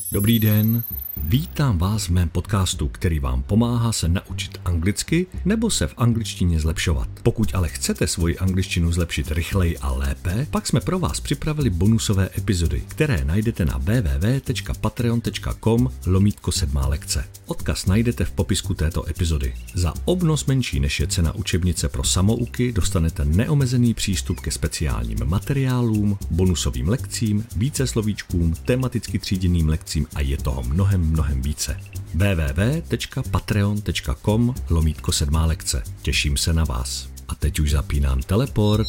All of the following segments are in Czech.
Dobrý den, vítám vás v mém podcastu, který vám pomáhá se naučit anglicky nebo se v angličtině zlepšovat. Pokud ale chcete svoji angličtinu zlepšit rychleji a lépe, pak jsme pro vás připravili bonusové epizody, které najdete na www.patreon.com/7lekce. Odkaz najdete v popisku této epizody. Za obnos menší než je cena učebnice pro samouky dostanete neomezený přístup ke speciálním materiálům, bonusovým lekcím, více slovíčkům, tematicky tříděným lekcím a je toho mnohem více. www.patreon.com/7lekce. Těším se na vás. A teď už zapínám teleport.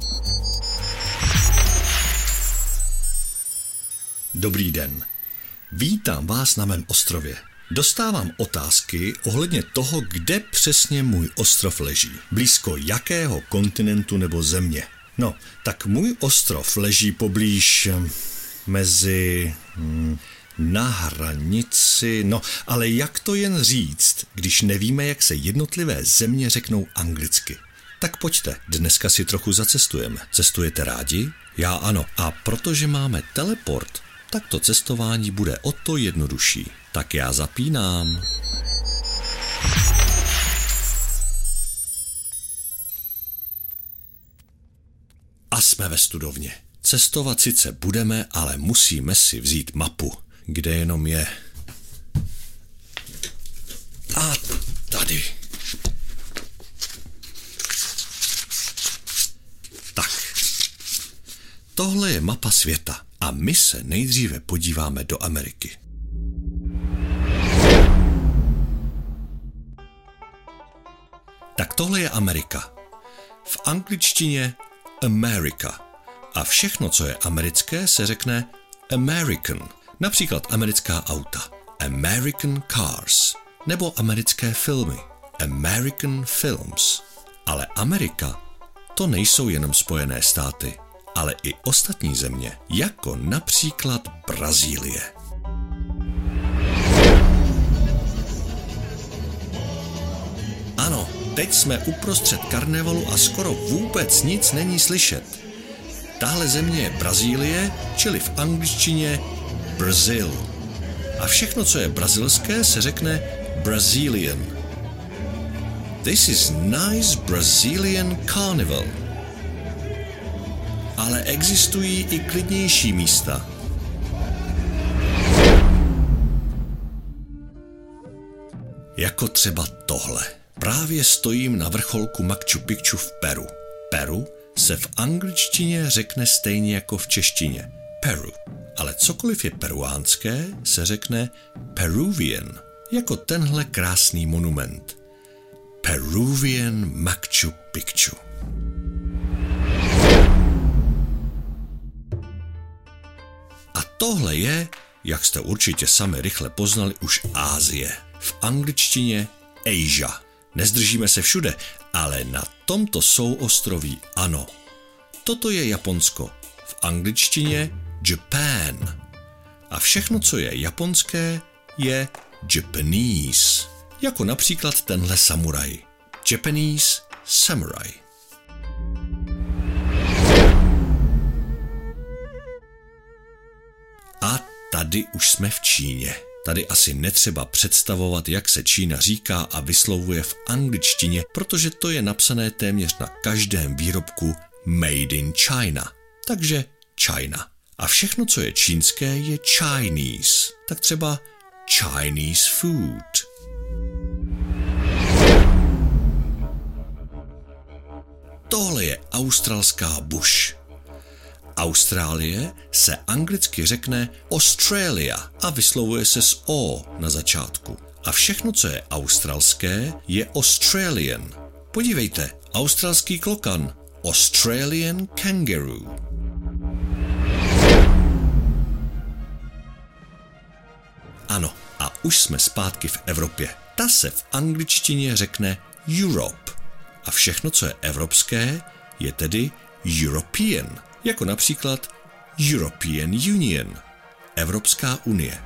Dobrý den. Vítám vás na mém ostrově. Dostávám otázky ohledně toho, kde přesně můj ostrov leží. Blízko jakého kontinentu nebo země. No, tak můj ostrov leží poblíž na hranici, no, ale jak to jen říct, když nevíme, jak se jednotlivé země řeknou anglicky? Tak pojďte, dneska si trochu zacestujeme. Cestujete rádi? Já ano. A protože máme teleport, tak to cestování bude o to jednodušší. Tak já zapínám. A jsme ve studovně. Cestovat sice budeme, ale musíme si vzít mapu, kde jenom je. A tady. Tak. Tohle je mapa světa a my se nejdříve podíváme do Ameriky. Tak tohle je Amerika. V angličtině America. A všechno, co je americké, se řekne American. Například americká auta, American cars, nebo americké filmy, American films. Ale Amerika, to nejsou jenom Spojené státy, ale i ostatní země, jako například Brazílie. Ano, teď jsme uprostřed karnevalu a skoro vůbec nic není slyšet. Tahle země je Brazílie, čili v angličtině Brazil. A všechno, co je brazilské, se řekne Brazilian. This is nice Brazilian carnival. Ale existují i klidnější místa. Jako třeba tohle. Právě stojím na vrcholku Machu Picchu v Peru. Peru se v angličtině řekne stejně jako v češtině Peru, ale cokoliv je peruánské, se řekne Peruvian, jako tenhle krásný monument. Peruvian Machu Picchu. A tohle je, jak jste určitě sami rychle poznali, už Asie. V angličtině Asia. Nezdržíme se všude, ale na tomto souostroví ano. Toto je Japonsko. V angličtině Japan. A všechno, co je japonské, je Japanese. Jako například tenhle samuraj. Japanese samurai. A tady už jsme v Číně. Tady asi netřeba představovat, jak se Čína říká a vyslovuje v angličtině, protože to je napsané téměř na každém výrobku Made in China. Takže China. A všechno, co je čínské, je Chinese. Tak třeba Chinese food. Tohle je australská bush. Austrálie se anglicky řekne Australia a vyslovuje se s O na začátku. A všechno, co je australské, je Australian. Podívejte, australský klokan, Australian kangaroo. Ano, a už jsme zpátky v Evropě. Ta se v angličtině řekne Europe. A všechno, co je evropské, je tedy European. Jako například European Union, Evropská unie.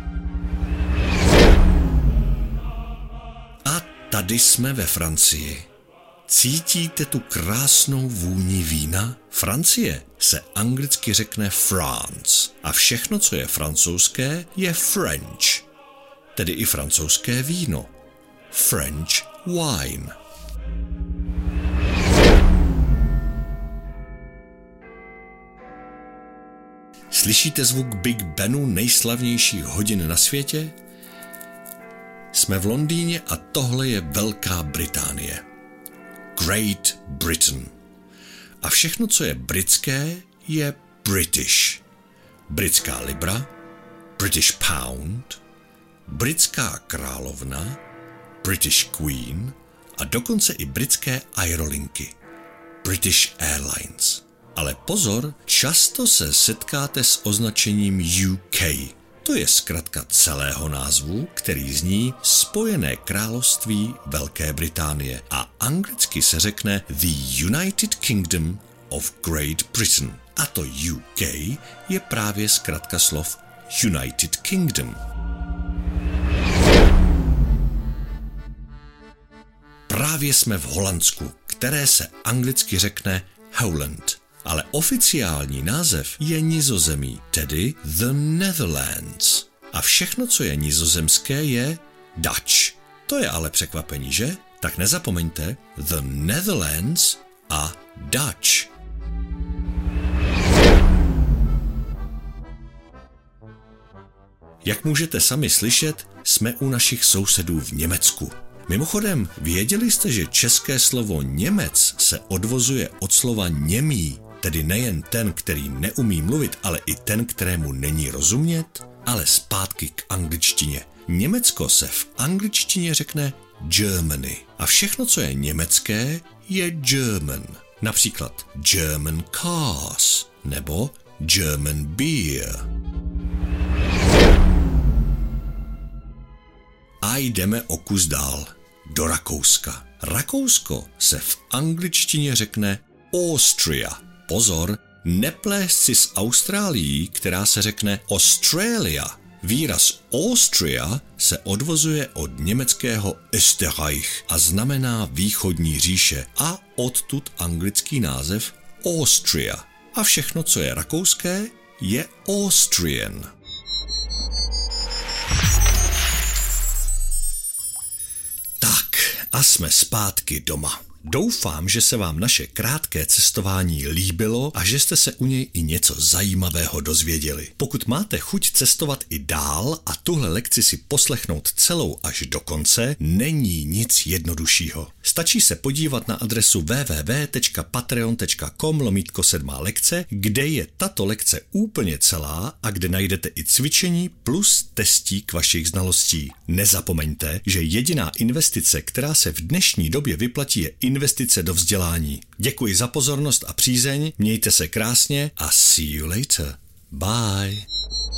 A tady jsme ve Francii. Cítíte tu krásnou vůni vína? Francie se anglicky řekne France a všechno, co je francouzské, je French, tedy i francouzské víno. French wine. Slyšíte zvuk Big Benu, nejslavnějších hodin na světě? Jsme v Londýně a tohle je Velká Británie. Great Britain. A všechno, co je britské, je British. Britská libra, British pound, britská královna, British Queen a dokonce i britské aerolinky, British Airlines. Ale pozor, často se setkáte s označením UK. To je zkratka celého názvu, který zní Spojené království Velké Británie a anglicky se řekne The United Kingdom of Great Britain. A to UK je právě zkratka slov United Kingdom. Právě jsme v Holandsku, které se anglicky řekne Holland. Ale oficiální název je Nizozemí, tedy The Netherlands. A všechno, co je nizozemské, je Dutch. To je ale překvapení, že? Tak nezapomeňte The Netherlands a Dutch. Jak můžete sami slyšet, jsme u našich sousedů v Německu. Mimochodem, věděli jste, že české slovo Němec se odvozuje od slova němý, tedy nejen ten, který neumí mluvit, ale i ten, kterému není rozumět? Ale zpátky k angličtině. Německo se v angličtině řekne Germany a všechno, co je německé, je German. Například German cars nebo German beer. A jdeme o kus dál, do Rakouska. Rakousko se v angličtině řekne Austria. Pozor, neplést si s Austrálií, která se řekne Australia. Výraz Austria se odvozuje od německého Österreich a znamená východní říše a odtud anglický název Austria. A všechno, co je rakouské, je Austrian. A jsme zpátky doma. Doufám, že se vám naše krátké cestování líbilo a že jste se u něj i něco zajímavého dozvěděli. Pokud máte chuť cestovat i dál a tuhle lekci si poslechnout celou až do konce, není nic jednoduššího. Stačí se podívat na adresu www.patreon.com/7 lekce, kde je tato lekce úplně celá a kde najdete i cvičení plus testík vašich znalostí. Nezapomeňte, že jediná investice, která se v dnešní době vyplatí, je investice do vzdělání. Děkuji za pozornost a přízeň, mějte se krásně a see you later. Bye.